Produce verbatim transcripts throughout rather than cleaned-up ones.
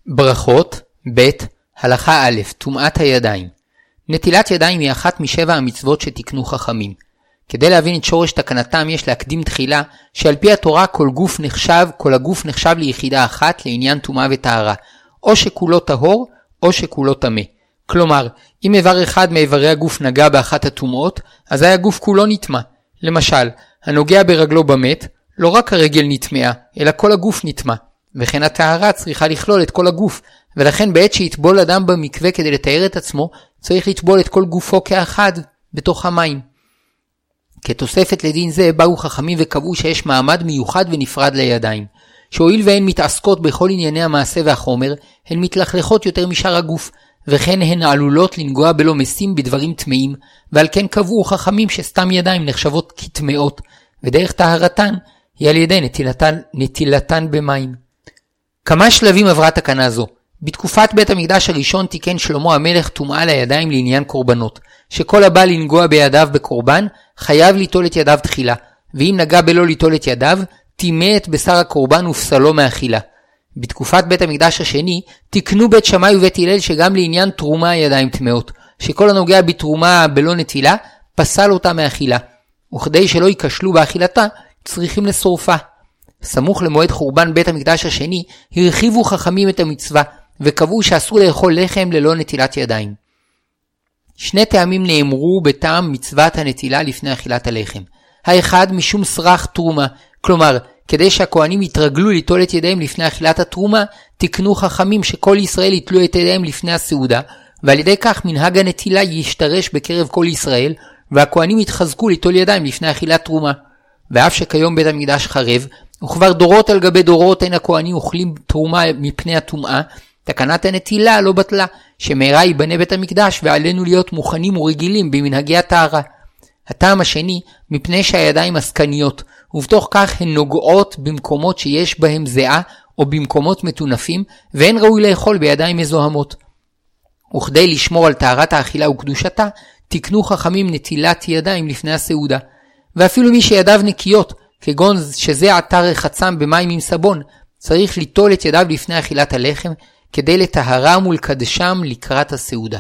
ברכות, ב' הלכה א', טומאת הידיים. נטילת ידיים היא אחת משבע המצוות שתיקנו חכמים. כדי להבין את שורש תקנתם יש להקדים תחילה שעל פי התורה כל גוף נחשב, כל הגוף נחשב ליחידה אחת לעניין טומאה וטהרה, או שכולו טהור או שכולו טמא. כלומר, אם איבר אחד מאיברי הגוף נגע באחת הטומאות, אז היה הגוף כולו נטמא. למשל, הנוגע ברגלו במת, לא רק הרגל נטמאה, אלא כל הגוף נטמא. וכן הטהרה צריכה לכלול את כל הגוף, ולכן בעת שיטבול אדם במקווה כדי לתאר את עצמו, צריך לטבול את כל גופו כאחד בתוך המים. כתוספת לדין זה באו חכמים וקבעו שיש מעמד מיוחד ונפרד לידיים, שהואיל והן מתעסקות בכל ענייני המעשה והחומר, הן מתלכלכות יותר משאר הגוף, וכן הן עלולות לנגוע בלא משים בדברים טמאים, ועל כן קבעו חכמים שסתם ידיים נחשבות כטמאות, ודרך טהרתן היא על ידי נטילתן, נטילתן במים. כמה שלבים עברה תקנה זו. בתקופת בית המקדש הראשון תיקן שלמה המלך טומאה לידיים לעניין קורבנות, שכל הבא לנגוע בידיו בקורבן חייב ליטול את ידיו תחילה, ואם נגע בלא ליטול את ידיו, טימא את בשר הקורבן ופסלו מאכילה. בתקופת בית המקדש השני תיקנו בית שמאי ובית הלל שגם לעניין תרומה הידיים טמאות, שכל הנוגע בתרומה בלא נטילה פסל אותה מאכילה, וכדי שלא ייכשלו באכילתה צריכים לשורפה. סמוך למועד חורבן בית המקדש השני הרחיבו חכמים את המצווה וקבעו שאסור לאכול לחם ללא נטילת ידיים. שני טעמים נאמרו בטעם מצוות הנטילה לפני אכילת הלחם. האחד משום סרח תרומה, כלומר כדי שהכהנים יתרגלו ליטול את ידיהם לפני אכילת התרומה, תיקנו חכמים שכל ישראל יטלו את ידיהם לפני הסעודה, ועל ידי כך מנהג הנטילה ישתרש בקרב כל ישראל, והכהנים יתחזקו ליטול ידיים לפני אכילת תרומה. ואף שכיום בית המקדש חרב, וכבר דורות על גבי דורות אין הכהנים אוכלים תרומה מפני הטומאה, תקנת הנטילה לא בטלה, שמהרה ייבנה בית המקדש ועלינו להיות מוכנים ורגילים במנהגי הטהרה. הטעם השני, מפני שהידיים עסקניות, ובתוך כך הן נוגעות במקומות שיש בהם זיעה או במקומות מטונפים, ואין ראוי לאכול בידיים מזוהמות. וכדי לשמור על טהרת האכילה וקדושתה, תיקנו חכמים נטילת ידיים לפני הסעודה. ואפילו מי שידיו נקיות, כגון שזה עתה רחצם במים עם סבון, צריך ליטול את ידיו לפני אכילת הלחם, כדי לטהרם ולקדשם לקראת הסעודה.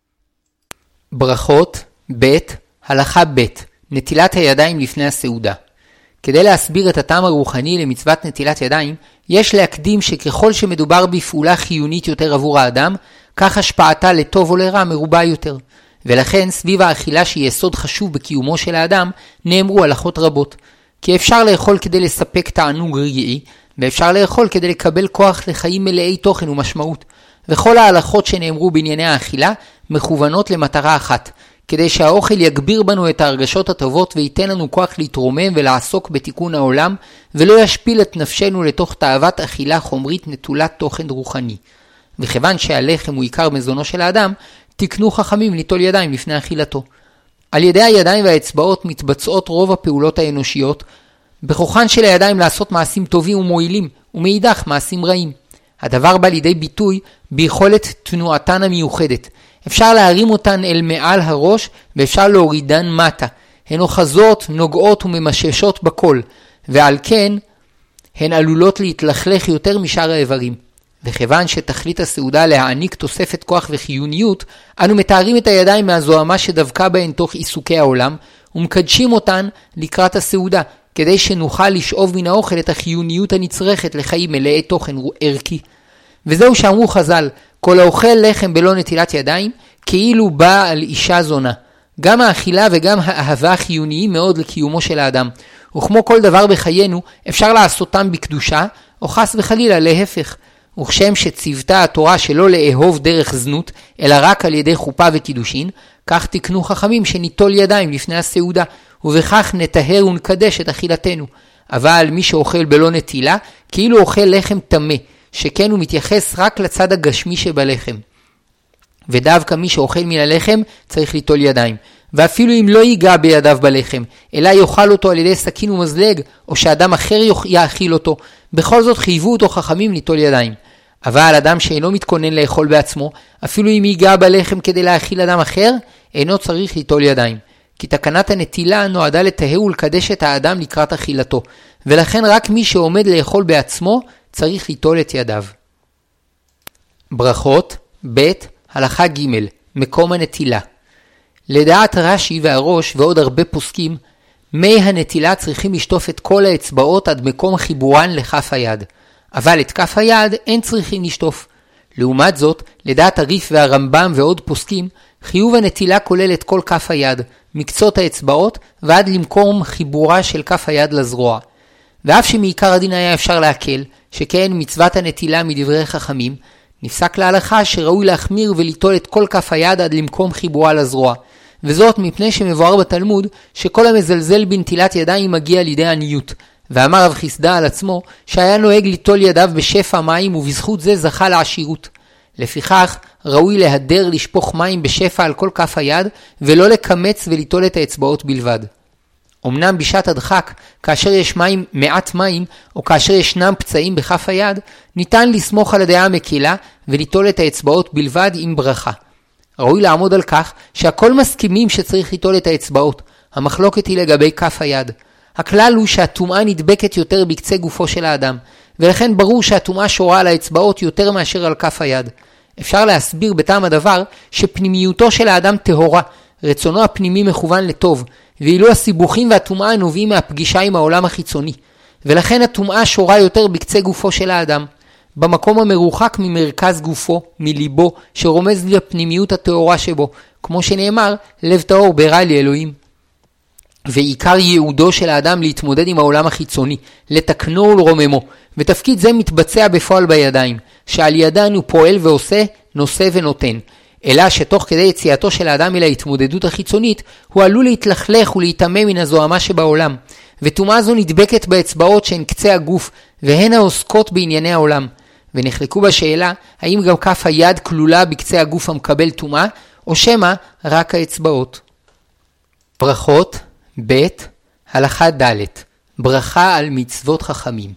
ברכות, ב' הלכה ב' נטילת הידיים לפני הסעודה. כדי להסביר את הטעם הרוחני למצוות נטילת ידיים, יש להקדים שככל שמדובר בפעולה חיונית יותר עבור האדם, כך השפעתה לטוב או לרע מרובה יותר. ולכן סביב האכילה שהיא יסוד חשוב בקיומו של האדם, נאמרו הלכות רבות. כי אפשר לאכול כדי לספק תענוג רגעי, ואפשר לאכול כדי לקבל כוח לחיים מלאי תוכן ומשמעות. וכל ההלכות שנאמרו בענייני האכילה מכוונות למטרה אחת, כדי שהאוכל יגביר בנו את ההרגשות הטובות וייתן לנו כוח להתרומם ולעסוק בתיקון העולם, ולא ישפיל את נפשנו לתוך תאוות אכילה חומרית נטולת תוכן רוחני. וכיוון שהלחם הוא עיקר מזונו של האדם, תיקנו חכמים ליטול ידיים לפני אכילתו. על ידי הידיים והאצבעות מתבצעות רוב הפעולות האנושיות, בכוחן של הידיים לעשות מעשים טובים ומועילים, ומאידך מעשים רעים. הדבר בא לידי ביטוי ביכולת תנועתן המיוחדת. אפשר להרים אותן אל מעל הראש, ואפשר להורידן מטה. הן אוחזות, נוגעות וממששות בכל, ועל כן הן עלולות להתלכלך יותר משאר האיברים. וכיוון שתכלית הסעודה להעניק תוספת כוח וחיוניות, אנו מתארים את הידיים מהזוהמה שדבקה בהן תוך עיסוקי העולם, ומקדשים אותן לקראת הסעודה, כדי שנוכל לשאוב מן האוכל את החיוניות הנצרכת לחיים מלאי תוכן ערכי. וזהו שאמרו חז"ל, כל האוכל לחם בלא נטילת ידיים, כאילו בא על אישה זונה. גם האכילה וגם האהבה חיוניים מאוד לקיומו של האדם. וכמו כל דבר בחיינו, אפשר לעשותם בקדושה, או חס וחלילה להפך. וכשם שצוותה התורה שלא לאהוב דרך זנות, אלא רק על ידי חופה וקידושין, כך תקנו חכמים שניטול ידיים לפני הסעודה, ובכך נטהר ונקדש את אכילתנו. אבל מי שאוכל בלא נטילה, כאילו אוכל לחם טמא, שכן הוא מתייחס רק לצד הגשמי שבלחם. ודווקא מי שאוכל מן הלחם צריך ליטול ידיים. ואפילו אם לא ייגע בידיו בלחם, אלא יאכל אותו על ידי סכין ומזלג, או שאדם אחר יאכיל אותו, בכל זאת חייבו אותו חכמים ליטול ידיים. אבל אדם שאינו מתכונן לאכול בעצמו, אפילו אם ייגע בלחם כדי להאכיל אדם אחר, אינו צריך ליטול ידיים. כי תקנת הנטילה נועדה לטהר ולקדש את האדם לקראת אכילתו, ולכן רק מי שעומד לאכול בעצמו צריך ליטול את ידיו. ברכות, ב' הלכה ג' מקום הנטילה. לדעת רש"י והראש ועוד הרבה פוסקים, מי הנטילה צריכים לשטוף את כל האצבעות עד מקום חיבורן לכף היד, אבל את כף היד אין צריכים לשטוף. לעומת זאת, לדעת הריף והרמב"ם ועוד פוסקים, חיוב הנטילה כולל את כל כף היד, מקצות האצבעות ועד למקום חיבורה של כף היד לזרוע. ואף שמעיקר הדין היה אפשר להקל, שכן מצוות הנטילה מדברי חכמים, נפסק להלכה שראוי להחמיר וליטול את כל כף היד עד למקום חיבורה לזרוע. וזאת מפני שמבואר בתלמוד שכל המזלזל בנטילת ידיים מגיע לידי עניות. ואמר רב חיסדא על עצמו שהיה נוהג ליטול ידיו בשפע מים ובזכות זה זכה לעשירות. לפיכך ראוי להדר לשפוך מים בשפע על כל כף היד ולא לקמץ וליטול את האצבעות בלבד. אמנם בשעת הדחק, כאשר יש מים, מעט מים, או כאשר ישנם פצעים בכף היד, ניתן לסמוך על הדעה המקילה וליטול את האצבעות בלבד עם ברכה. ראוי לעמוד על כך שהכל מסכימים שצריך ליטול את האצבעות. המחלוקת היא לגבי כף היד. הכלל הוא שהטומאה נדבקת יותר בקצה גופו של האדם, ולכן ברור שהטומאה שורה על האצבעות יותר מאשר על כף היד. אפשר להסביר בטעם הדבר שפנימיותו של האדם טהורה, רצונו הפנימי מכוון לטוב, ואילו הסיבוכים והטומאה נובעים מהפגישה עם העולם החיצוני, ולכן הטומאה שורה יותר בקצה גופו של האדם, במקום המרוחק ממרכז גופו, מליבו, שרומז לפנימיות הטהורה שבו, כמו שנאמר, לב טהור ברא לי אלוהים. ועיקר ייעודו של האדם להתמודד עם העולם החיצוני, לתקנו ולרוממו, ותפקיד זה מתבצע בפועל בידיים, שעל ידן הוא פועל ועושה, נושא ונותן. אלא שתוך כדי יציאתו של האדם אל ההתמודדות החיצונית, הוא עלול להתלכלך ולהתאמם מן הזוהמה שבעולם. וטומאה זו נדבקת באצבעות שהן קצה הגוף, והן העוסקות בענייני העולם. ונחלקו בשאלה, האם גם כף היד כלולה בקצה הגוף המקבל טומאה, או שמה רק האצבעות. ברכות, ב' הלכה ד' ברכה על מצוות חכמים.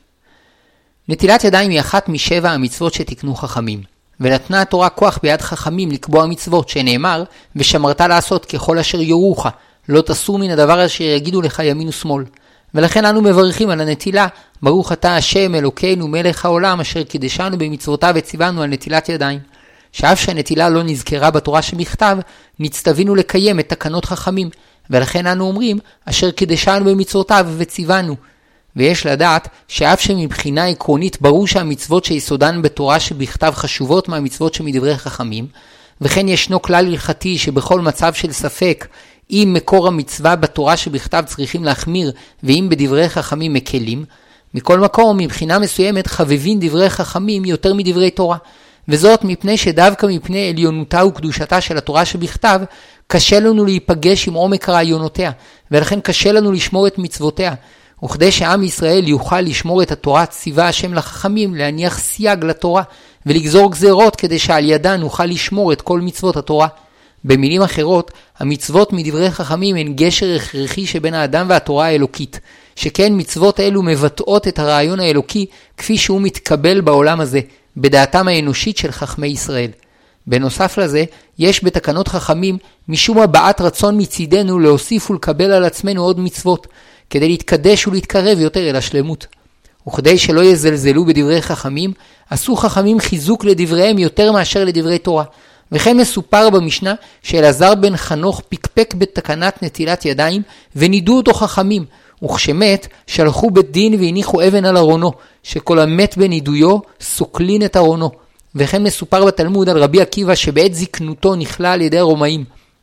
נטילת ידיים היא אחת משבע המצוות שתקנו חכמים. ונתנה התורה כוח ביד חכמים לקבוע מצוות, שנאמר, ושמרת לעשות ככל אשר יורוך, לא תסור מן הדבר אשר יגידו לך ימין ושמאל. ולכן אנו מברכים על הנטילה, ברוך אתה השם אלוקינו מלך העולם, אשר קידשנו במצוותיו וציוונו על נטילת ידיים. שאף שהנטילה לא נזכרה בתורה שבכתב, נצטווינו לקיים את תקנות חכמים, ולכן אנו אומרים, אשר קידשנו במצוותיו וציוונו. ויש לדעת שאף שמבחינה עקרונית ברור שהמצוות שיסודן בתורה שבכתב חשובות מהמצוות שמדברי חכמים, וכן ישנו כלל הלכתי שבכל מצב של ספק, אם מקור המצווה בתורה שבכתב צריכים להחמיר, ואם בדברי חכמים מקלים, מכל מקום מבחינה מסוימת חבבים דברי חכמים יותר מדברי תורה, וזאת מפני שדווקא מפני עליונותה וקדושתה של התורה שבכתב, קשה לנו להיפגש עם עומק רעיונותיה, ולכן קשה לנו לשמור את מצוותיה. וכדי שעם ישראל יוכל לשמור את התורה, ציווה השם לחכמים להניח סייג לתורה ולגזור גזרות כדי שעל ידן נוכל לשמור את כל מצוות התורה. במילים אחרות, המצוות מדברי חכמים הן גשר הכרחי שבין האדם והתורה האלוקית, שכן מצוות אלו מבטאות את הרעיון האלוקי כפי שהוא מתקבל בעולם הזה, בדעתם האנושית של חכמי ישראל. בנוסף לזה, יש בתקנות חכמים משום הבעת רצון מצידנו להוסיף ולקבל על עצמנו עוד מצוות, כדי להתקדש ולהתקרב יותר אל השלמות. וכדי שלא יזלזלו בדברי חכמים, עשו חכמים חיזוק לדבריהם יותר מאשר לדברי תורה. וכן מסופר במשנה שאלעזר בן חנוך פקפק בתקנת נטילת ידיים ונידו אותו חכמים, וכשמת שלחו בית דין והניחו אבן על ארונו, שכל המת בנידויו סוקלין את ארונו. וכן מסופר בתלמוד על רבי עקיבא שבעת זקנותו נכלה על ידי הרומאים.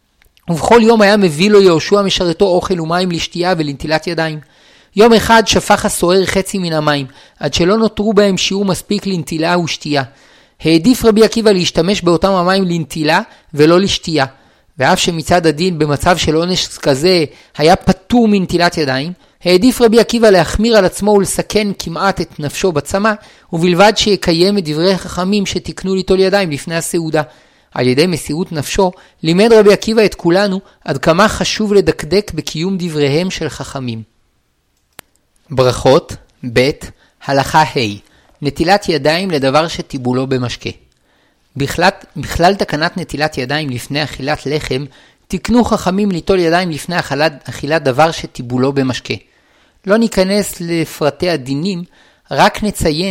ובכל יום היה מביא לו יהושע משרתו אוכל ומים לשתייה ולנטילת ידיים. יום אחד שפך הסוער חצי מן המים, עד שלא נותרו בהם שיעור מספיק לנטילה ושתייה. העדיף רבי עקיבא להשתמש באותם המים לנטילה ולא לשתייה. ואף שמצד הדין במצב של עונש כזה היה פטור מנטילת ידיים, העדיף רבי עקיבא להחמיר על עצמו ולסכן כמעט את נפשו בצמא, ובלבד שיקיים את דברי חכמים שתקנו ליטול ידיים לפני הסעודה. על ידי מסירות נפשו, לימד רבי עקיבא את כולנו עד כמה חשוב לדקדק בקיום דבריהם של חכמים. ברכות, ב' הלכה ה' נטילת ידיים לדבר שטיבולו במשקה. בכלל, בכלל תקנת נטילת ידיים לפני אכילת לחם, תקנו חכמים ליטול ידיים לפני אכילת, אכילת דבר שטיבולו במשקה. לא ניכנס לפרטי הדינים, רק נציין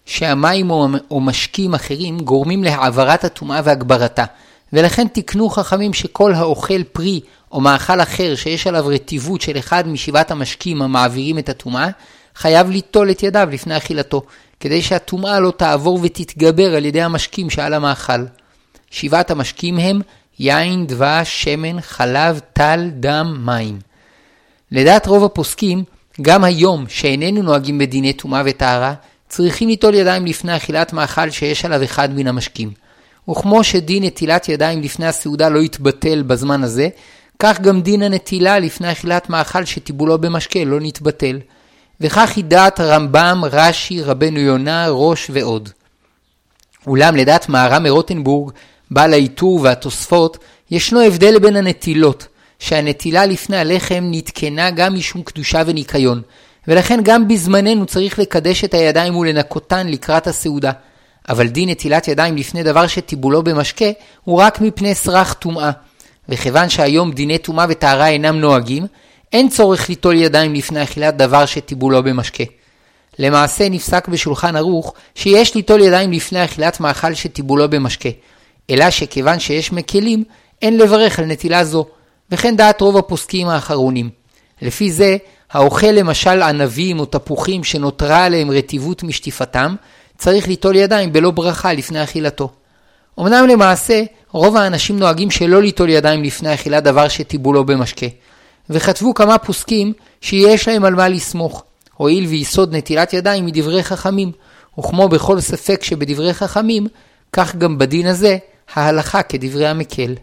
שהמים או, או משקים אחרים גורמים להעברת הטומאה והגברתה, ולכן תקנו חכמים שכל האוכל פרי או מאכל אחר שיש עליו רטיבות של אחד משבעת המשקים המעבירים את הטומאה, חייב ליטול את ידיו לפני אכילתו, כדי שהטומאה לא תעבור ותתגבר על ידי המשקים שעל המאכל. שבעת המשקים הם יין, דבש, שמן, חלב, טל, דם, מים. לדעת רוב הפוסקים, גם היום שאיננו נוהגים בדיני טומאה וטהרה, צריכים ליטול ידיים לפני אכילת מאכל שיש עליו אחד מן המשקים. וכמו שדין נטילת ידיים לפני הסעודה לא יתבטל בזמן הזה, כך גם דין הנטילה לפני אכילת מאכל שטיבולו במשקה לא נתבטל. וכך היא דעת הרמב"ם, רש"י, רבנו יונה, ראש ועוד. אולם לדעת מהר"ם מרוטנבורג, בעל העיטור והתוספות, ישנו הבדל בין הנטילות, שהנטילה לפני הלחם נתקנה גם משום קדושה וניקיון, ולכן גם בזמננו צריך לקדש את הידיים ולנקותן לקראת הסעודה. אבל דין נטילת ידיים לפני דבר שטיבולו במשקה הוא רק מפני סרח טומאה. וכיוון שהיום דיני טומאה וטהרה אינם נוהגים, אין צורך ליטול ידיים לפני אכילת דבר שטיבולו במשקה. למעשה נפסק בשולחן ערוך שיש ליטול ידיים לפני אכילת מאכל שטיבולו במשקה, אלא שכיוון שיש מקלים, אין לברך על נטילה זו, וכן דעת רוב הפוסקים האחרונים. לפי זה, האוכל למשל ענבים או תפוחים שנותרה עליהם רטיבות משטיפתם, צריך ליטול ידיים בלא ברכה לפני אכילתו. אמנם למעשה, רוב האנשים נוהגים שלא ליטול ידיים לפני אכילת דבר שטיבולו במשקה, וכתבו כמה פוסקים שיש להם על מה לסמוך, הואיל ויסוד נטילת ידיים מדברי חכמים, וכמו בכל ספק שבדברי חכמים, כך גם בדין הזה, ההלכה כדברי המקל.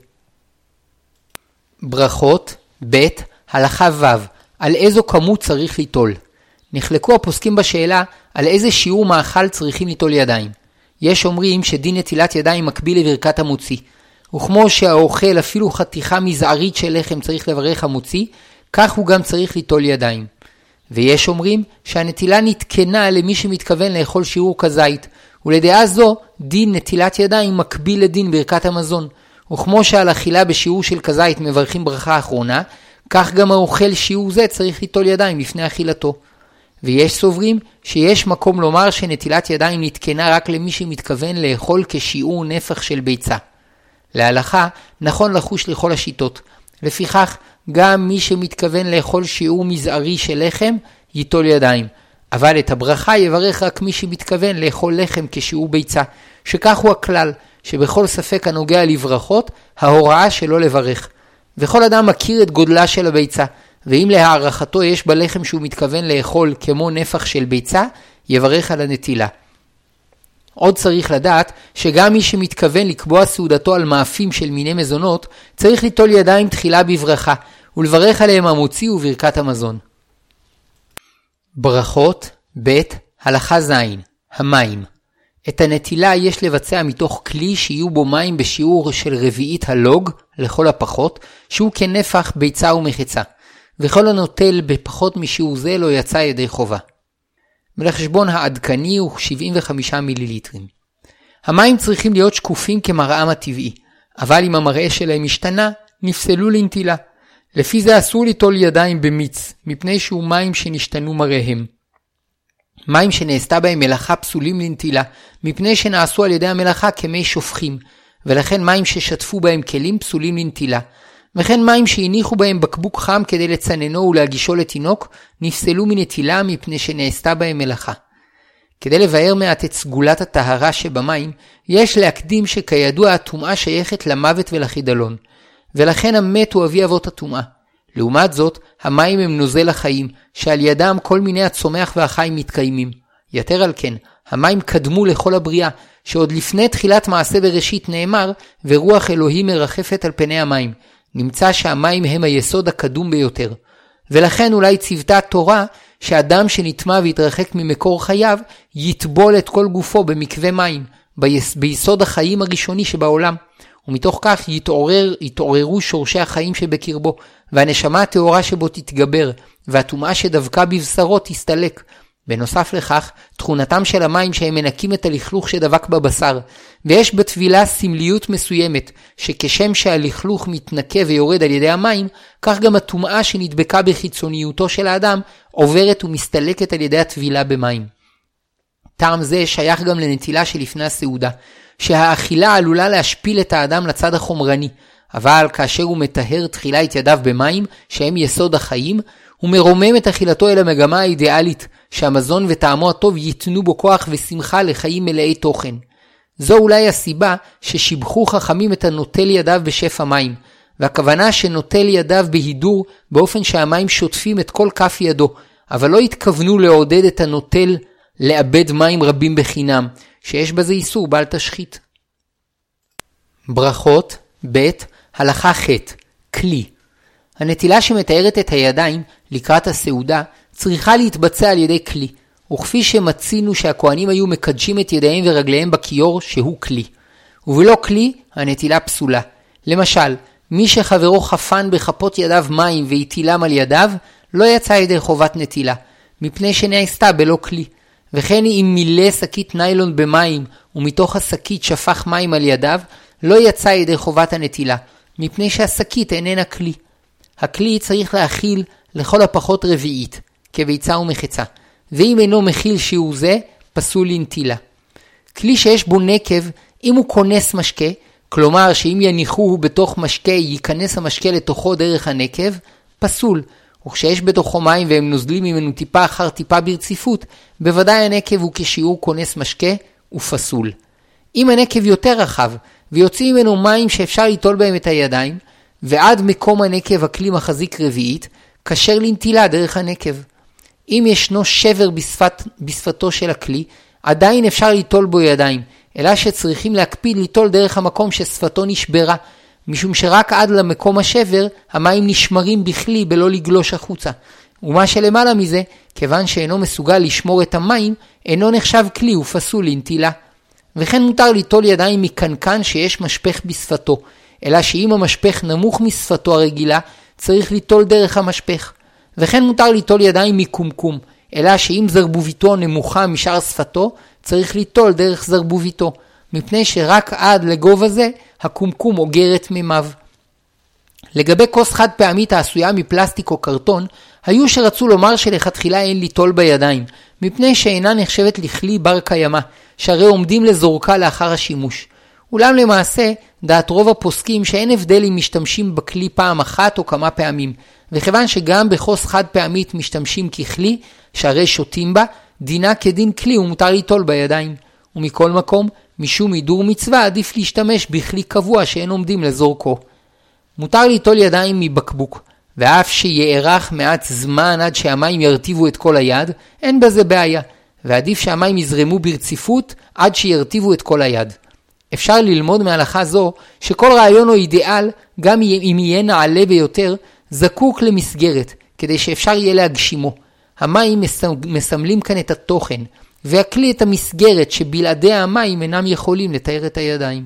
ברכות, ב' הלכה ו' על איזו כמות צריך ליטול. נחלקו הפוסקים בשאלה על איזה שיעור מאכל צריכים ליטול ידיים. יש אומרים שדין נטילת ידיים מקביל לברכת המוציא, וכמו שהאוכל אפילו חתיכה מזערית של לחם צריך לברך המוציא, כך הוא גם צריך ליטול ידיים. ויש אומרים שהנטילה נתקנה למי שמתכוון לאכול שיעור כזית, ולדעה זו דין נטילת ידיים מקביל לדין ברכת המזון, וכמו שעל אכילה בשיעור של כזית מברכים ברכה האחרונה, כך גם האוכל שיעור זה צריך ליטול ידיים לפני אכילתו. ויש סוברים שיש מקום לומר שנטילת ידיים נתקנה רק למי שמתכוון לאכול כשיעור נפח של ביצה. להלכה נכון לחוש לכל השיטות, לפיכך גם מי שמתכוון לאכול שיעור מזערי של לחם ייטול ידיים, אבל את הברכה יברך רק מי שמתכוון לאכול לחם כשיעור ביצה, שכך הוא הכלל, שבכל ספק הנוגע לברכות, ההוראה שלא לברך. וכל אדם מכיר את גודלה של הביצה, ואם להערכתו יש בלחם שהוא מתכוון לאכול כמו נפח של ביצה, יברך על הנטילה. עוד צריך לדעת שגם מי שמתכוון לקבוע סעודתו על מאפים של מיני מזונות, צריך ליטול ידיים תחילה בברכה, ולברך עליהם המוציא וברכת המזון. ברכות, ב' הלכה ז' המים. את הנטילה יש לבצע מתוך כלי שיהיו בו מים בשיעור של רביעית הלוג, לכל הפחות, שהוא כנפח ביצה ומחצה, וכל הנוטל בפחות משיעור זה לא יצא ידי חובה. ולחשבון העדכני הוא שבעים וחמישה מיליליטרים. המים צריכים להיות שקופים כמראם הטבעי, אבל אם המראה שלהם השתנה, נפסלו לנטילה. לפי זה אסור ליטול ידיים במיץ, מפני שהוא מים שנשתנו מראיהם. מים שנעשתה בהם מלאכה פסולים לנטילה, מפני שנעשו על ידי המלאכה כמי שופכים, ולכן מים ששטפו בהם כלים פסולים לנטילה. וכן מים שהניחו בהם בקבוק חם כדי לצננו ולהגישו לתינוק, נפסלו מנטילה מפני שנעשתה בהם מלאכה. כדי לבאר מעט את סגולת הטהרה שבמים, יש להקדים שכידוע הטומאה שייכת למוות ולחידלון, ולכן המת הוא אבי אבות הטומאה. לעומת זאת, המים הם נוזל החיים, שעל ידם כל מיני הצומח והחיים מתקיימים. יתר על כן, המים קדמו לכל הבריאה, שעוד לפני תחילת מעשה בראשית נאמר, ורוח אלוהים מרחפת על פני המים. נמצא שהמים הם היסוד הקדום ביותר. ולכן אולי צוותה תורה שאדם שנטמע והתרחק ממקור חייו, יטבול את כל גופו במקווה מים, ביס, ביסוד החיים הראשוני שבעולם. ומתוך כך יתעורר, יתעוררו שורשי החיים שבקרבו, והנשמה התאורה שבו תתגבר, והטומאה שדבקה בבשרו תסתלק. בנוסף לכך, תכונתם של המים שהם מנקים את הלכלוך שדבק בבשר, ויש בתבילה סמליות מסוימת, שכשם שהלכלוך מתנקה ויורד על ידי המים, כך גם הטומאה שנדבקה בחיצוניותו של האדם, עוברת ומסתלקת על ידי התבילה במים. טעם זה שייך גם לנטילה שלפני הסעודה, שהאכילה עלולה להשפיל את האדם לצד החומרני, אבל כאשר הוא מטהר תחילה את ידיו במים, שהם יסוד החיים, הוא מרומם את אכילתו אל המגמה האידיאלית, שהמזון וטעמו הטוב ייתנו בו כוח ושמחה לחיים מלאי תוכן. זו אולי הסיבה ששיבחו חכמים את הנוטל ידיו בשפע מים, והכוונה שנוטל ידיו בהידור באופן שהמים שוטפים את כל כף ידו, אבל לא התכוונו לעודד את הנוטל לאבד מים רבים בחינם, שיש בזה איסור בל תשחית. ברכות, ב' הלכה ח' כלי. הנטילה שמתארת את הידיים לקראת הסעודה צריכה להתבצע על ידי כלי, וכפי שמצינו שהכהנים היו מקדשים את ידיהם ורגליהם בכיור שהוא כלי. ובלא כלי, הנטילה פסולה. למשל, מי שחברו חפן בחפות ידיו מים והטילם על ידיו, לא יצא ידי חובת נטילה, מפני שנעשתה בלא כלי. וכן אם מילא שקית ניילון במים, ומתוך השקית שפך מים על ידיו, לא יצא ידי חובת הנטילה, מפני שהשקית איננה כלי. הכלי צריך להכיל לכל הפחות רביעית, כביצה ומחצה, ואם אינו מכיל שיעור זה, פסול לנטילה. כלי שיש בו נקב, אם הוא כונס משקה, כלומר שאם יניחוהו בתוך משקה, ייכנס המשקה לתוכו דרך הנקב, פסול. וכשיש בתוכו מים והם נוזלים ממנו טיפה אחר טיפה ברציפות, בוודאי הנקב הוא כשיעור כונס משקה ופסול. אם הנקב יותר רחב, ויוצאים ממנו מים שאפשר ליטול בהם את הידיים, ועד מקום הנקב הכלי מחזיק רביעית, כשר לנטילה דרך הנקב. אם ישנו שבר בשפת, בשפתו של הכלי, עדיין אפשר ליטול בו ידיים, אלא שצריכים להקפיד ליטול דרך המקום ששפתו נשברה, משום שרק עד למקום השבר, המים נשמרים בכלי בלא לגלוש החוצה. ומה שלמעלה מזה, כיוון שאינו מסוגל לשמור את המים, אינו נחשב כלי ופסול לנטילה. וכן מותר ליטול ידיים מקנקן שיש משפך בשפתו, אלא שאם המשפך נמוך משפתו הרגילה, צריך ליטול דרך המשפך. וכן מותר ליטול ידיים מקומקום, אלא שאם זרבוביתו נמוכה משאר שפתו, צריך ליטול דרך זרבוביתו, מפני שרק עד לגובה זה, הקומקום אוגר את מימיו. לגבי כוס חד פעמית העשויה מפלסטיק או קרטון, היו שרצו לומר שלכתחילה אין ליטול בידיים, מפני שאינה נחשבת לכלי בר קיימה, שהרי עומדים לזורקה לאחר השימוש. אולם למעשה, דעת רוב הפוסקים שאין הבדל אם משתמשים בכלי פעם אחת או כמה פעמים, וכיוון שגם בכוס חד פעמית משתמשים ככלי, שהרי שותים בה, דינה כדין כלי ומותר ליטול בידיים. ומכל מקום, משום הידור מצווה עדיף להשתמש בכלי קבוע שאין עומדים לזורקו. מותר ליטול ידיים מבקבוק, ואף שיערך מעט זמן עד שהמים ירטיבו את כל היד, אין בזה בעיה, ועדיף שהמים יזרמו ברציפות עד שירטיבו את כל היד. אפשר ללמוד מהלכה זו שכל רעיון או אידיאל, גם אם יהיה נעלה ביותר, זקוק למסגרת, כדי שאפשר יהיה להגשימו. המים מסמלים כאן את התוכן, והכלי את המסגרת שבלעדי המים אינם יכולים לתאר את הידיים.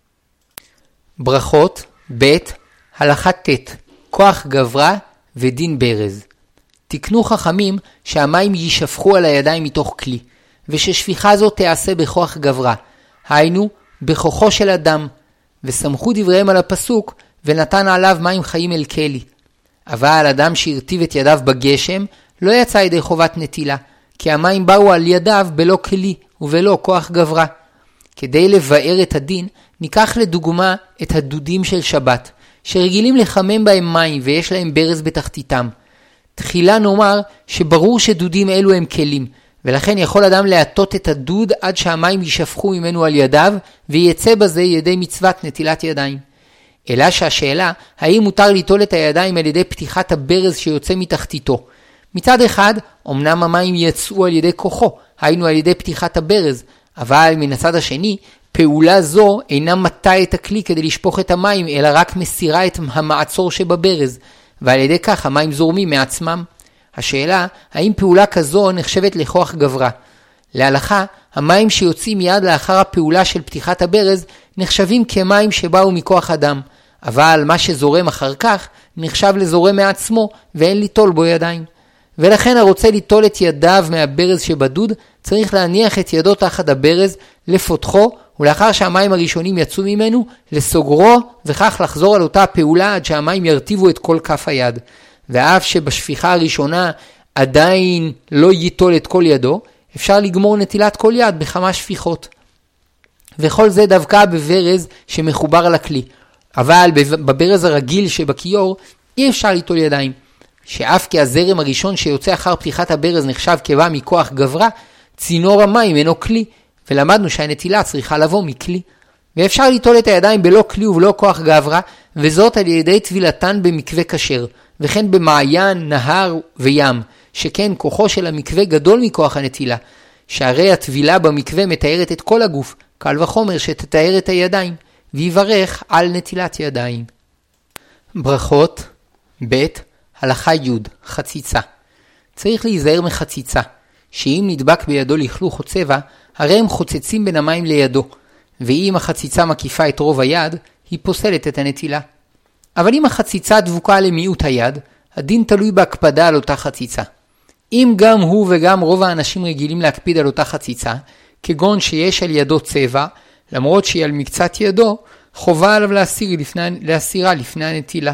ברכות, ב' הלכה ט' כוח גברה ודין ברז. תקנו חכמים שהמים יישפכו על הידיים מתוך כלי, וששפיכה זו תעשה בכוח גברה, היינו בכוחו של אדם, וסמכו דבריהם על הפסוק, ונתן עליו מים חיים אל כלי. אבל אדם שהרטיב את ידיו בגשם, לא יצא ידי חובת נטילה, כי המים באו על ידיו בלא כלי ובלא כוח גברה. כדי לבאר את הדין, ניקח לדוגמה את הדודים של שבת, שרגילים לחמם בהם מים ויש להם ברז בתחתיתם. תחילה נאמר שברור שדודים אלו הם כלים, ולכן יכול אדם להטות את הדוד עד שהמים יישפכו ממנו על ידיו, ויצא בזה ידי מצוות נטילת ידיים. אלא שהשאלה, האם מותר ליטול את הידיים על ידי פתיחת הברז שיוצא מתחתיתו? מצד אחד, אמנם המים יצאו על ידי כוחו, היינו על ידי פתיחת הברז, אבל מן הצד השני, פעולה זו אינה מטה את הכלי כדי לשפוך את המים, אלא רק מסירה את המעצור שבברז, ועל ידי כך המים זורמים מעצמם. השאלה, האם פעולה כזו נחשבת לכוח גברה? להלכה, המים שיוצאים מיד לאחר הפעולה של פתיחת הברז, נחשבים כמים שבאו מכוח אדם, אבל מה שזורם אחר כך, נחשב לזורם מעצמו, ואין ליטול בו ידיים. ולכן הרוצה ליטול את ידיו מהברז שבדוד, צריך להניח את ידו תחת הברז, לפותחו, ולאחר שהמים הראשונים יצאו ממנו, לסוגרו, וכך לחזור על אותה הפעולה עד שהמים ירטיבו את כל כף היד. ואף שבשפיכה הראשונה עדיין לא ייטול את כל ידו, אפשר לגמור נטילת כל יד בכמה שפיכות. וכל זה דווקא בברז שמחובר לכלי. אבל בברז הרגיל שבכיור אי אפשר ליטול ידיים. שאף כי הזרם הראשון שיוצא אחר פתיחת הברז נחשב כבא מכוח גברה, צינור המים אינו כלי, ולמדנו שהנטילה צריכה לבוא מכלי. ואפשר ליטול את הידיים בלא כלי ובלא כוח גברה, וזאת על ידי טבילתן במקווה כשר, וכן במעיין, נהר וים, שכן כוחו של המקווה גדול מכוח הנטילה, שהרי הטבילה במקווה מתארת את כל הגוף, קל וחומר שתתאר את הידיים, ויברך על נטילת ידיים. ברכות ב' הלכה י' חציצה. צריך להיזהר מחציצה, שאם נדבק בידו לכלוך או צבע, הרי הם חוצצים בין המים לידו, ואם החציצה מקיפה את רוב היד, היא פוסלת את הנטילה. אבל אם החציצה דבוקה למיעוט היד, הדין תלוי בהקפדה על אותה חציצה. אם גם הוא וגם רוב האנשים רגילים להקפיד על אותה חציצה, כגון שיש על ידו צבע, למרות שהיא על מקצת ידו, חובה עליו להסיר לפני, להסירה לפני הנטילה.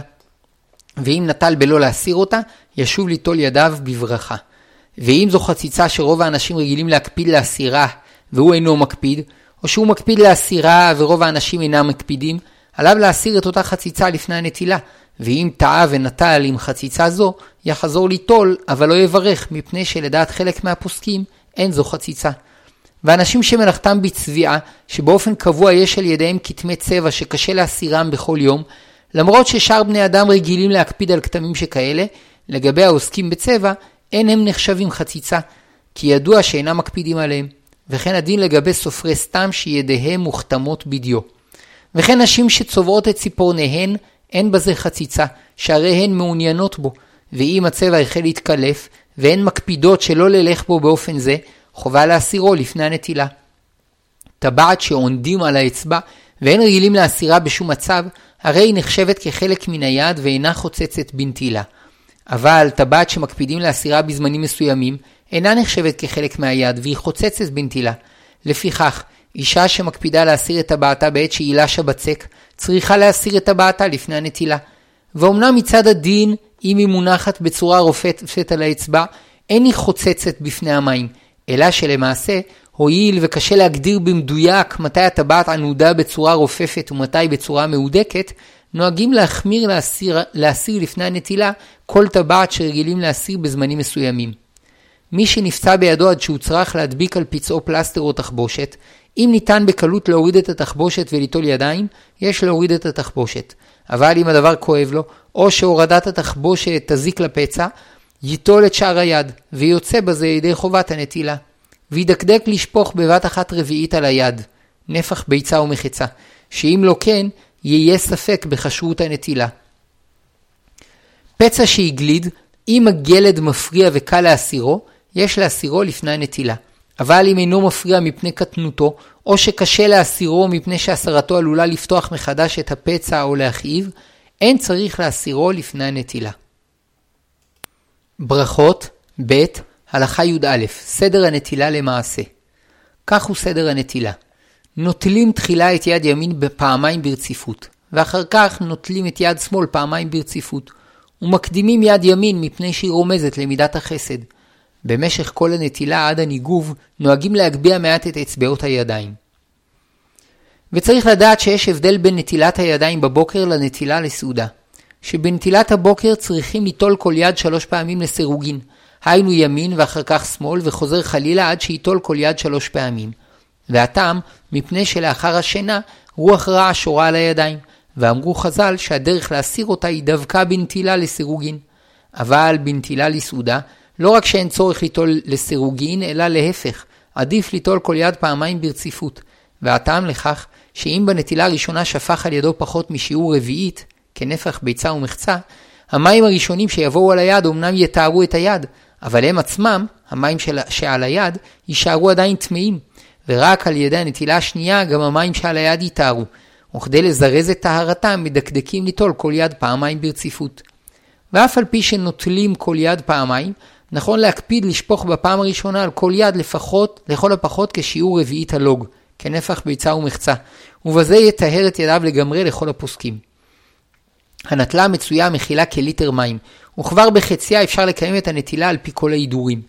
ואם נטל בלא להסיר אותה, ישוב ליטול ידיו בברכה. ואם זו חציצה שרוב האנשים רגילים להקפיד להסירה, והוא אינו מקפיד, או שהוא מקפיד להסירה ורוב האנשים אינם מקפידים, עליו להסיר את אותה חציצה לפני הנטילה, ואם טעה ונטל עם חציצה זו, יחזור ליטול, אבל לא יברך, מפני שלדעת חלק מהפוסקים אין זו חציצה. ואנשים שמלאכתם בצביעה, שבאופן קבוע יש על ידיהם כתמי צבע שקשה להסירם בכל יום, למרות ששאר בני אדם רגילים להקפיד על כתמים שכאלה, לגבי העוסקים בצבע, אין הם נחשבים חציצה, כי ידוע שאינם מקפידים עליהם. וכן הדין לגבי סופרי סתם שידיהם מוכתמות בדיו. וכן נשים שצובעות את ציפורניהן, אין בזה חציצה, שהרי הן מעוניינות בו, ואם הצבע החל להתקלף, והן מקפידות שלא ללך בו באופן זה, חובה להסירו לפני הנטילה. טבעת שעונדים על האצבע, ואין רגילים להסירה בשום מצב, הרי היא נחשבת כחלק מן היד ואינה חוצצת בנטילה. אבל טבעת שמקפידים להסירה בזמנים מסוימים, אינה נחשבת כחלק מהיד והיא חוצצת בנטילה. לפיכך, אישה שמקפידה להסיר את טבעתה בעת שהיא לשה בצק, צריכה להסיר את טבעתה לפני הנטילה. ואומנם מצד הדין, אם היא מונחת בצורה רופפת על האצבע, אין היא חוצצת בפני המים, אלא שלמעשה, הועיל וקשה להגדיר במדויק מתי הטבעת ענודה בצורה רופפת ומתי בצורה מהודקת, נוהגים להחמיר להסיר, להסיר לפני הנטילה כל טבעת שרגילים להסיר בזמנים מסוימים. מי שנפצע בידו עד שהוא צריך להדביק על פצעו פלסטר או תחבושת, אם ניתן בקלות להוריד את התחבושת וליטול ידיים, יש להוריד את התחבושת. אבל אם הדבר כואב לו, או שהורדת התחבושת תזיק לפצע, ייטול את שאר היד, ויוצא בזה ידי חובת הנטילה. וידקדק לשפוך בבת אחת רביעית על היד, נפח ביצה ומחצה, שאם לא כן, יהיה ספק בחשרות הנטילה. פצע שהגליד, אם הגלד מפריע וקל להסירו, יש להסירו לפני הנטילה. אבל אם אינו מפריע מפני קטנותו, או שקשה להסירו מפני שהסרתו עלולה לפתוח מחדש את הפצע או להכאיב, אין צריך להסירו לפני הנטילה. ברכות ב' הלכה י"א סדר הנטילה למעשה. כך הוא סדר הנטילה. נוטלים תחילה את יד ימין בפעמיים ברציפות, ואחר כך נוטלים את יד שמאל פעמיים ברציפות, ומקדימים יד ימין מפני שהיא רומזת למידת החסד. במשך כל הנטילה עד הניגוב נוהגים להגביה מעט את אצבעות הידיים. וצריך לדעת שיש הבדל בין נטילת הידיים בבוקר לנטילה לסעודה. שבנטילת הבוקר צריכים ליטול כל יד שלוש פעמים לסירוגין, היינו ימין ואחר כך שמאל וחוזר חלילה עד שיטול כל יד שלוש פעמים. והטעם מפני שלאחר השינה רוח רעה שורה על הידיים, ואמרו חז"ל שהדרך להסיר אותה היא דווקא בנטילה לסירוגין. אבל בנטילה לסעודה לא רק שאין צורך ליטול לסירוגין, אלא להפך, עדיף ליטול כל יד פעמיים ברציפות. והטעם לכך שאם בנטילה הראשונה שפך על ידו פחות משיעור רביעית, כנפח ביצה ומחצה, המים הראשונים שיבואו על היד אומנם יתארו את היד, אבל הם עצמם, המים של, שעל היד, יישארו עדיין טמאים, ורק על ידי הנטילה השנייה גם המים שעל היד יתארו, וכדי לזרז את טהרתם מדקדקים ליטול כל יד פעמיים ברציפות. ואף על פי שנוטלים כל יד פעמיים, נכון להקפיד לשפוך בפעם הראשונה על כל יד לפחות, לכל הפחות כשיעור רביעית הלוג, כנפח ביצה ומחצה, ובזה יטהר את ידיו לגמרי לכל הפוסקים. הנטלה המצויה מכילה כליטר מים, וכבר בחציה אפשר לקיים את הנטילה על פי כל ההידורים.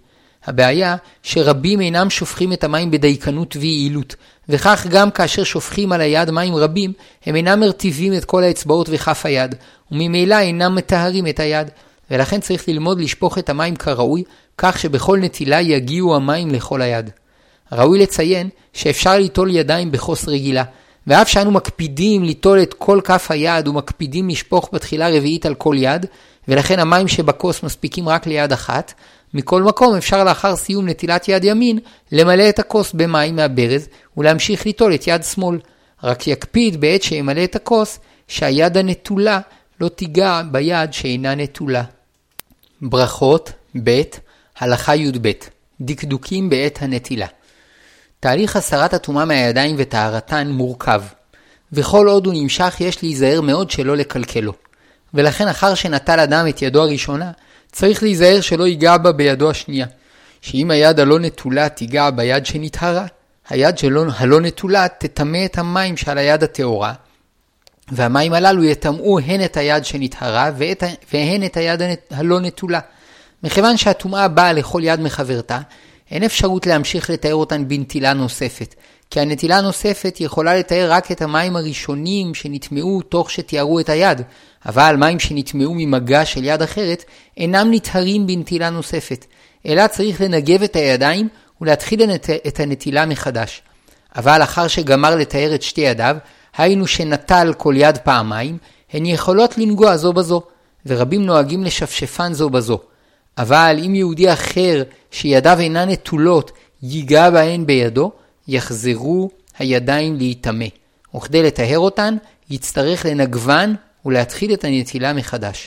הבעיה שרבים אינם שופכים את המים בדייקנות ויעילות, וכך גם כאשר שופכים על היד מים רבים, הם אינם מרטיבים את כל האצבעות וכף היד, וממילא אינם מטהרים את היד, ולכן צריך ללמוד לשפוך את המים כראוי, כך שבכל נטילה יגיעו המים לכל היד. ראוי לציין שאפשר ליטול ידיים בחוס רגילה, ואף שאנו מקפידים ליטול את כל כף היד ומקפידים לשפוך בתחילה רביעית על כל יד, ולכן המים שבכוס מספיקים רק ליד אחת, מכל מקום אפשר לאחר סיום נטילת יד ימין למלא את הכוס במים מהברז ולהמשיך ליטול את יד שמאל. רק יקפיד בעת שימלא את הכוס שהיד הנטולה לא תיגע ביד שאינה נטולה. ברכות ב' הלכה י"ב דקדוקים בעת הנטילה. תהליך הסרת הטומאה מהידיים וטהרתן מורכב, וכל עוד הוא נמשך יש להיזהר מאוד שלא לקלקלו. ולכן אחר שנטל אדם את ידו הראשונה, צריך להיזהר שלא ייגע בה בידו השנייה, שאם היד הלא נטולה תיגע ביד שנטהרה, היד שלא, הלא נטולה תטמא את המים שעל היד הטהורה, והמים הללו יטמאו הן את היד שנטהרה ואת, והן את היד הלא נטולה. מכיוון שהטומאה באה לכל יד מחברתה, אין אפשרות להמשיך לתאר אותן בנטילה נוספת, כי הנטילה הנוספת יכולה לתאר רק את המים הראשונים שנטמאו תוך שתיארו את היד, אבל מים שנטמאו ממגע של יד אחרת אינם נטהרים בנטילה נוספת, אלא צריך לנגב את הידיים ולהתחיל את הנטילה מחדש. אבל אחר שגמר לתאר את שתי ידיו, היינו שנטל כל יד פעמיים, הן יכולות לנגוע זו בזו, ורבים נוהגים לשפשפן זו בזו. אבל אם יהודי אחר שידיו אינן נטולות ייגע בהן בידו, יחזרו הידיים להיטמא. וכדי לטהר אותן, יצטרך לנגבן ולהתחיל את הנטילה מחדש.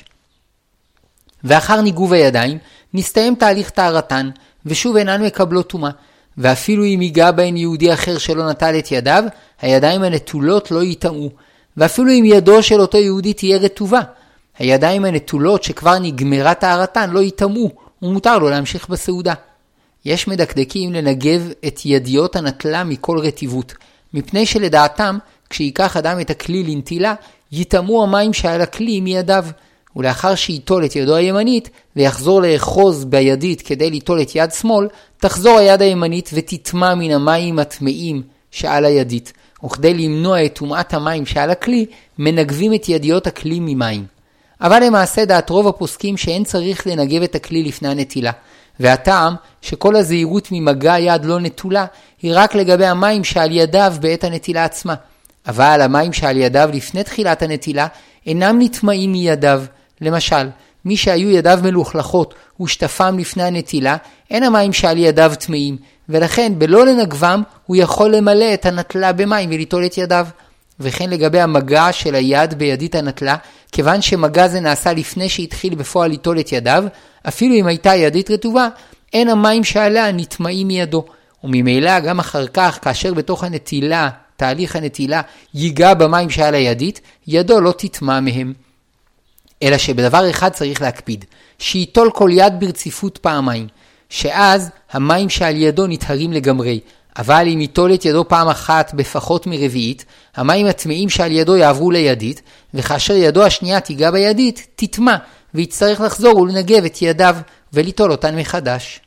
ואחר ניגוב הידיים, נסתיים תהליך טהרתן, ושוב אינן מקבלות טומאה. ואפילו אם ייגע בהן יהודי אחר שלא נטל את ידיו, הידיים הנטולות לא ייטמאו. ואפילו אם ידו של אותו יהודי תהיה רטובה, הידיים הנטולות שכבר נגמרה טהרתן לא ייטמאו, ומותר לו להמשיך בסעודה. יש מדקדקים לנגב את ידיות הנטלה מכל רטיבות, מפני שלדעתם, כשיקח אדם את הכלי לנטילה, ייטמאו המים שעל הכלי מידיו, ולאחר שיטול את ידו הימנית ויחזור לאחוז בידית כדי ליטול את יד שמאל, תחזור היד הימנית ותטמא מן המים הטמאים שעל הידית, וכדי למנוע את טומאת המים שעל הכלי, מנגבים את ידיות הכלי ממים. אבל למעשה דעת רוב הפוסקים שאין צריך לנגב את הכלי לפני הנטילה, והטעם שכל הזהירות ממגע יד לא נטולה היא רק לגבי המים שעל ידיו בעת הנטילה עצמה. אבל המים שעל ידיו לפני תחילת הנטילה אינם נטמאים מידיו. למשל, מי שהיו ידיו מלוכלכות ושטפם לפני הנטילה, אין המים שעל ידיו טמאים, ולכן בלא לנגבם הוא יכול למלא את הנטלה במים וליטול את ידיו. וכן לגבי המגע של היד בידית הנטלה, כיוון שמגע זה נעשה לפני שהתחיל בפועל ליטול את ידיו, אפילו אם הייתה ידית רטובה, אין המים שעליה נטמאים מידו. וממילא גם אחר כך, כאשר בתוך הנטילה, תהליך הנטילה, ייגע במים שעל הידית, ידו לא תטמא מהם. אלא שבדבר אחד צריך להקפיד, שיטול כל יד ברציפות פעמיים, שאז המים שעל ידו נטהרים לגמרי, אבל אם ייטול את ידו פעם אחת בפחות מרביעית, המים הטמאים שעל ידו יעברו לידית, וכאשר ידו השנייה תיגע בידית, תטמא, ויצטרך לחזור ולנגב את ידיו וליטול אותן מחדש.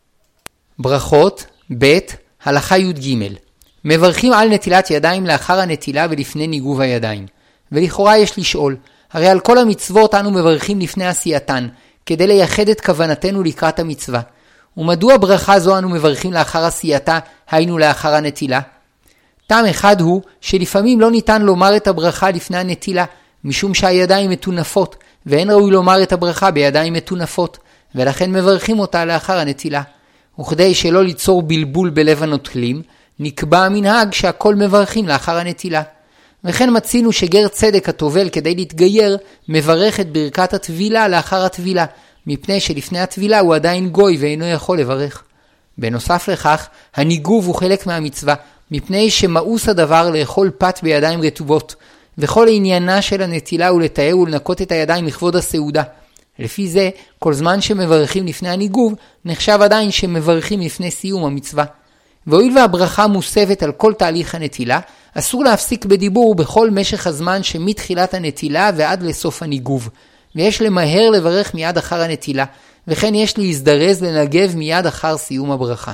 ברכות ב' הלכה י"ג מברכים על נטילת ידיים לאחר הנטילה ולפני ניגוב הידיים. ולכאורה יש לשאול, הרי על כל המצוות אנו מברכים לפני עשייתן, כדי לייחד את כוונתנו לקראת המצווה. ומדוע ברכה זו אנו מברכים לאחר עשייתה, היינו לאחר הנטילה? טעם אחד הוא שלפעמים לא ניתן לומר את הברכה לפני הנטילה, משום שהידיים מטונפות, ואין ראוי לומר את הברכה בידיים מטונפות, ולכן מברכים אותה לאחר הנטילה. וכדי שלא ליצור בלבול בלב הנוטלים, נקבע המנהג שהכל מברכים לאחר הנטילה. וכן מצינו שגר צדק הטובל כדי להתגייר, מברך את ברכת הטבילה לאחר הטבילה, מפני שלפני הטבילה הוא עדיין גוי ואינו יכול לברך. בנוסף לכך, הניגוב הוא חלק מהמצווה, מפני שמאוס הדבר לאכול פת בידיים רטובות, וכל עניינה של הנטילה הוא לתאר ולנקות את הידיים לכבוד הסעודה. לפי זה, כל זמן שמברכים לפני הניגוב, נחשב עדיין שמברכים לפני סיום המצווה. והואיל והברכה מוסבת על כל תהליך הנטילה, אסור להפסיק בדיבור בכל משך הזמן שמתחילת הנטילה ועד לסוף הניגוב. ויש למהר לברך מיד אחר הנטילה, וכן יש להזדרז לנגב מיד אחר סיום הברכה.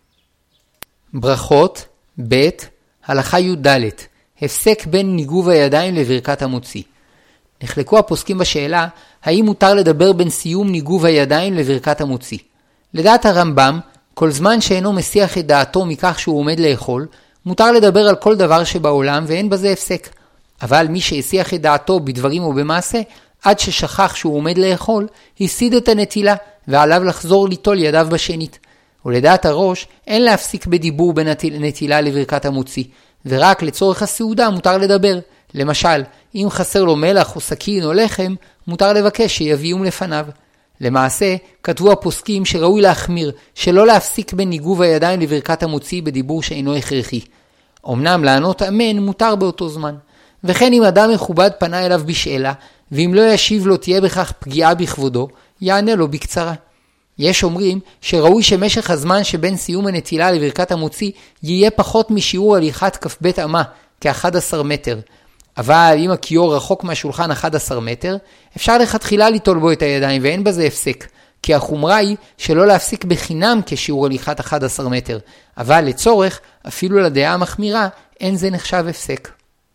ברכות, ב' הלכה י' ד' הפסק בין ניגוב הידיים לברכת המוציא. נחלקו הפוסקים בשאלה, האם מותר לדבר בין סיום ניגוב הידיים לברכת המוציא. לדעת הרמב"ם, כל זמן שאינו מסיח את דעתו מכך שהוא עומד לאכול, מותר לדבר על כל דבר שבעולם ואין בזה הפסק. אבל מי שהסיח את דעתו בדברים או במעשה, עד ששכח שהוא עומד לאכול, הפסיד את הנטילה, ועליו לחזור ליטול ידיו בשנית. ולדעת הראש, אין להפסיק בדיבור בין הנטילה לברכת המוציא, ורק לצורך הסעודה מותר לדבר. למשל, אם חסר לו מלח או סכין או לחם, מותר לבקש שיביאום לפניו. למעשה, כתבו הפוסקים שראוי להחמיר, שלא להפסיק בין ניגוב הידיים לברכת המוציא בדיבור שאינו הכרחי. אמנם לענות אמן מותר באותו זמן. וכן אם אדם מכובד פנה אליו בשאלה, ואם לא ישיב לו תהיה בכך פגיעה בכבודו, יענה לו בקצרה. יש אומרים שראוי שמשך הזמן שבין סיום הנטילה לברכת המוציא יהיה פחות משיעור הליכת כ"ב אמה, כ-אחד עשר מטר. אבל אם הכיור רחוק מהשולחן אחד עשר מטר, אפשר לכתחילה ליטול בו את הידיים ואין בזה הפסק, כי החומרה היא שלא להפסיק בחינם כשיעור הליכת אחד עשר מטר, אבל לצורך, אפילו לדעה המחמירה, אין זה נחשב הפסק.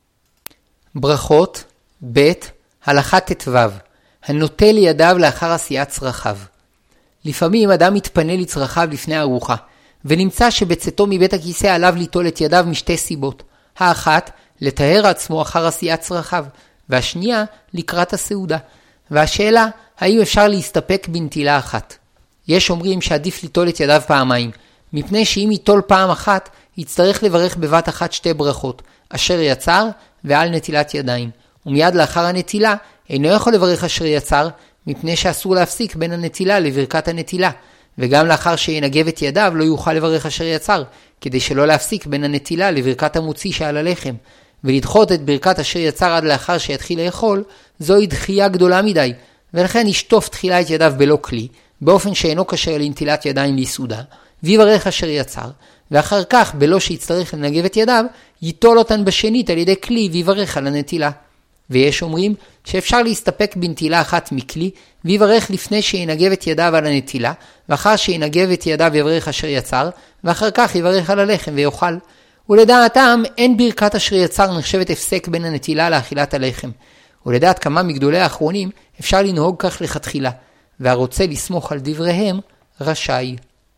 ברכות, ב' הלכה ט"ו הנוטה לידיו לאחר עשיית צרכיו. לפעמים אדם מתפנה לצרכיו לפני הארוחה, ונמצא שבצאתו מבית הכיסא עליו ליטול את ידיו משתי סיבות. האחת, לטהר עצמו אחר עשיית צרכיו, והשנייה, לקראת הסעודה. והשאלה, האם אפשר להסתפק בנטילה אחת? יש אומרים שעדיף ליטול את ידיו פעמיים, מפני שאם ייטול פעם אחת, יצטרך לברך בבת אחת שתי ברכות, אשר יצר ועל נטילת ידיים. ומיד לאחר הנטילה, אינו יכול לברך אשר יצר, מפני שאסור להפסיק בין הנטילה לברכת הנטילה, וגם לאחר שינגב את ידיו לא יוכל לברך אשר יצר, כדי שלא להפסיק בין הנטילה לברכת המוציא שעל הלחם, ולדחות את ברכת אשר יצר עד לאחר שיתחיל לאכול, זוהי דחייה גדולה מדי, ולכן ישטוף תחילה את ידיו בלא כלי, באופן שאינו קשר לנטילת ידיים ליסודה, ויברך אשר יצר, ואחר כך בלא שיצטרך לנגב את ידיו, ייטול אותן בשנית על ידי כלי ויברך על הנטילה. ויש אומרים שאפשר להסתפק בנטילה אחת מכלי, ויברך לפני שינגב את ידיו על הנטילה, ואחר שינגב את ידיו יברך אשר יצר, ואחר כך יברך על הלחם ויאכל. ולדעתם אין ברכת אשר יצר נחשבת הפסק בין הנטילה לאכילת הלחם. ולדעת כמה מגדולי האחרונים אפשר לנהוג כך לכתחילה, והרוצה לסמוך על דבריהם רשאי.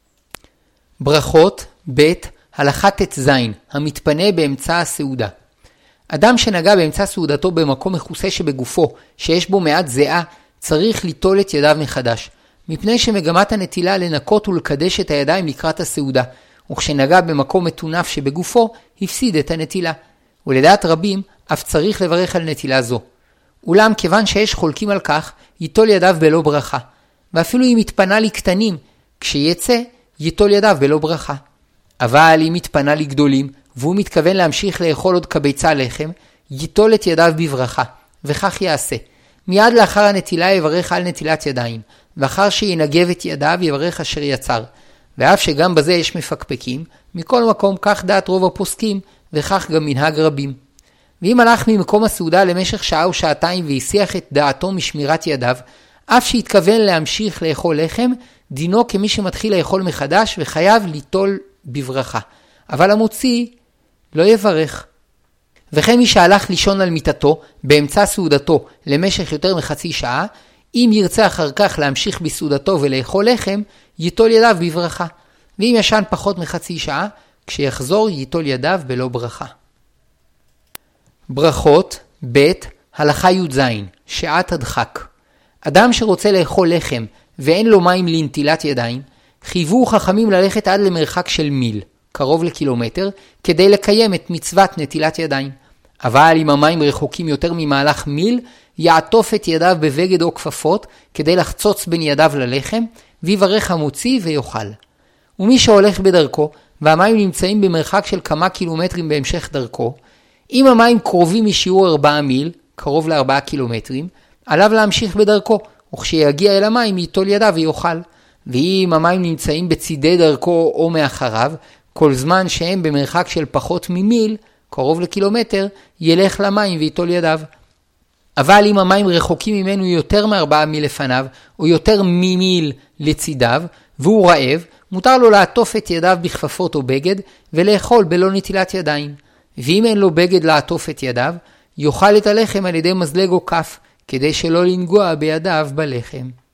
ברכות, ב' הלכה ט"ז המתפנה באמצע הסעודה. אדם שנגע באמצע סעודתו במקום מכוסה שבגופו, שיש בו מעט זיעה, צריך ליטול את ידיו מחדש, מפני שמגמת הנטילה לנקות ולקדש את הידיים לקראת הסעודה, וכשנגע במקום מתונף שבגופו, הפסיד את הנטילה. ולדעת רבים, אף צריך לברך על נטילה זו. אולם כיוון שיש חולקים על כך, ייטול ידיו בלא ברכה, ואפילו אם התפנה לקטנים, כשיצא, ייטול ידיו בלא ברכה. אבל אם התפנה לגדולים, והוא מתכוון להמשיך לאכול עוד כביצה לחם, ייטול את ידיו בברכה, וכך יעשה. מיד לאחר הנטילה יברך על נטילת ידיים, ואחר שינגב את ידיו יברך אשר יצר. ואף שגם בזה יש מפקפקים, מכל מקום כך דעת רוב הפוסקים, וכך גם מנהג רבים. ואם הלך ממקום הסעודה למשך שעה או שעתיים והסיח את דעתו משמירת ידיו, אף שהתכוון להמשיך לאכול לחם, דינו כמי שמתחיל לאכול מחדש וחייב ליטול בברכה. אבל המוציא לא יברך. וכן מי שהלך לישון על מיטתו באמצע סעודתו למשך יותר מחצי שעה, אם ירצה אחר כך להמשיך בסעודתו ולאכול לחם, ייטול ידיו בברכה. ואם ישן פחות מחצי שעה, כשיחזור ייטול ידיו בלא ברכה. ברכות, ב' הלכה י"ז שעת הדחק. אדם שרוצה לאכול לחם ואין לו מים לנטילת ידיים, חייבו חכמים ללכת עד למרחק של מיל, קרוב לקילומטר, כדי לקיים את מצוות נטילת ידיים. אבל אם המים רחוקים יותר ממהלך מיל, יעטוף את ידיו בבגד או כפפות, כדי לחצוץ בין ידיו ללחם, ויברך המוציא ויאכל. ומי שהולך בדרכו, והמים נמצאים במרחק של כמה קילומטרים בהמשך דרכו, אם המים קרובים משיעור ארבעה מיל, קרוב לארבעה קילומטרים, עליו להמשיך בדרכו, וכשיגיע אל המים ייטול ידיו ויאכל. ואם המים נמצאים בצידי דרכו או מאחריו, כל זמן שהם במרחק של פחות ממיל, קרוב לקילומטר, ילך למים וייטול ידיו. אבל אם המים רחוקים ממנו יותר מארבעה מיל לפניו, או יותר ממיל לצידיו, והוא רעב, מותר לו לעטוף את ידיו בכפפות או בגד, ולאכול בלא נטילת ידיים. ואם אין לו בגד לעטוף את ידיו, יאכל את הלחם על ידי מזלג או כף, כדי שלא לנגוע בידיו בלחם.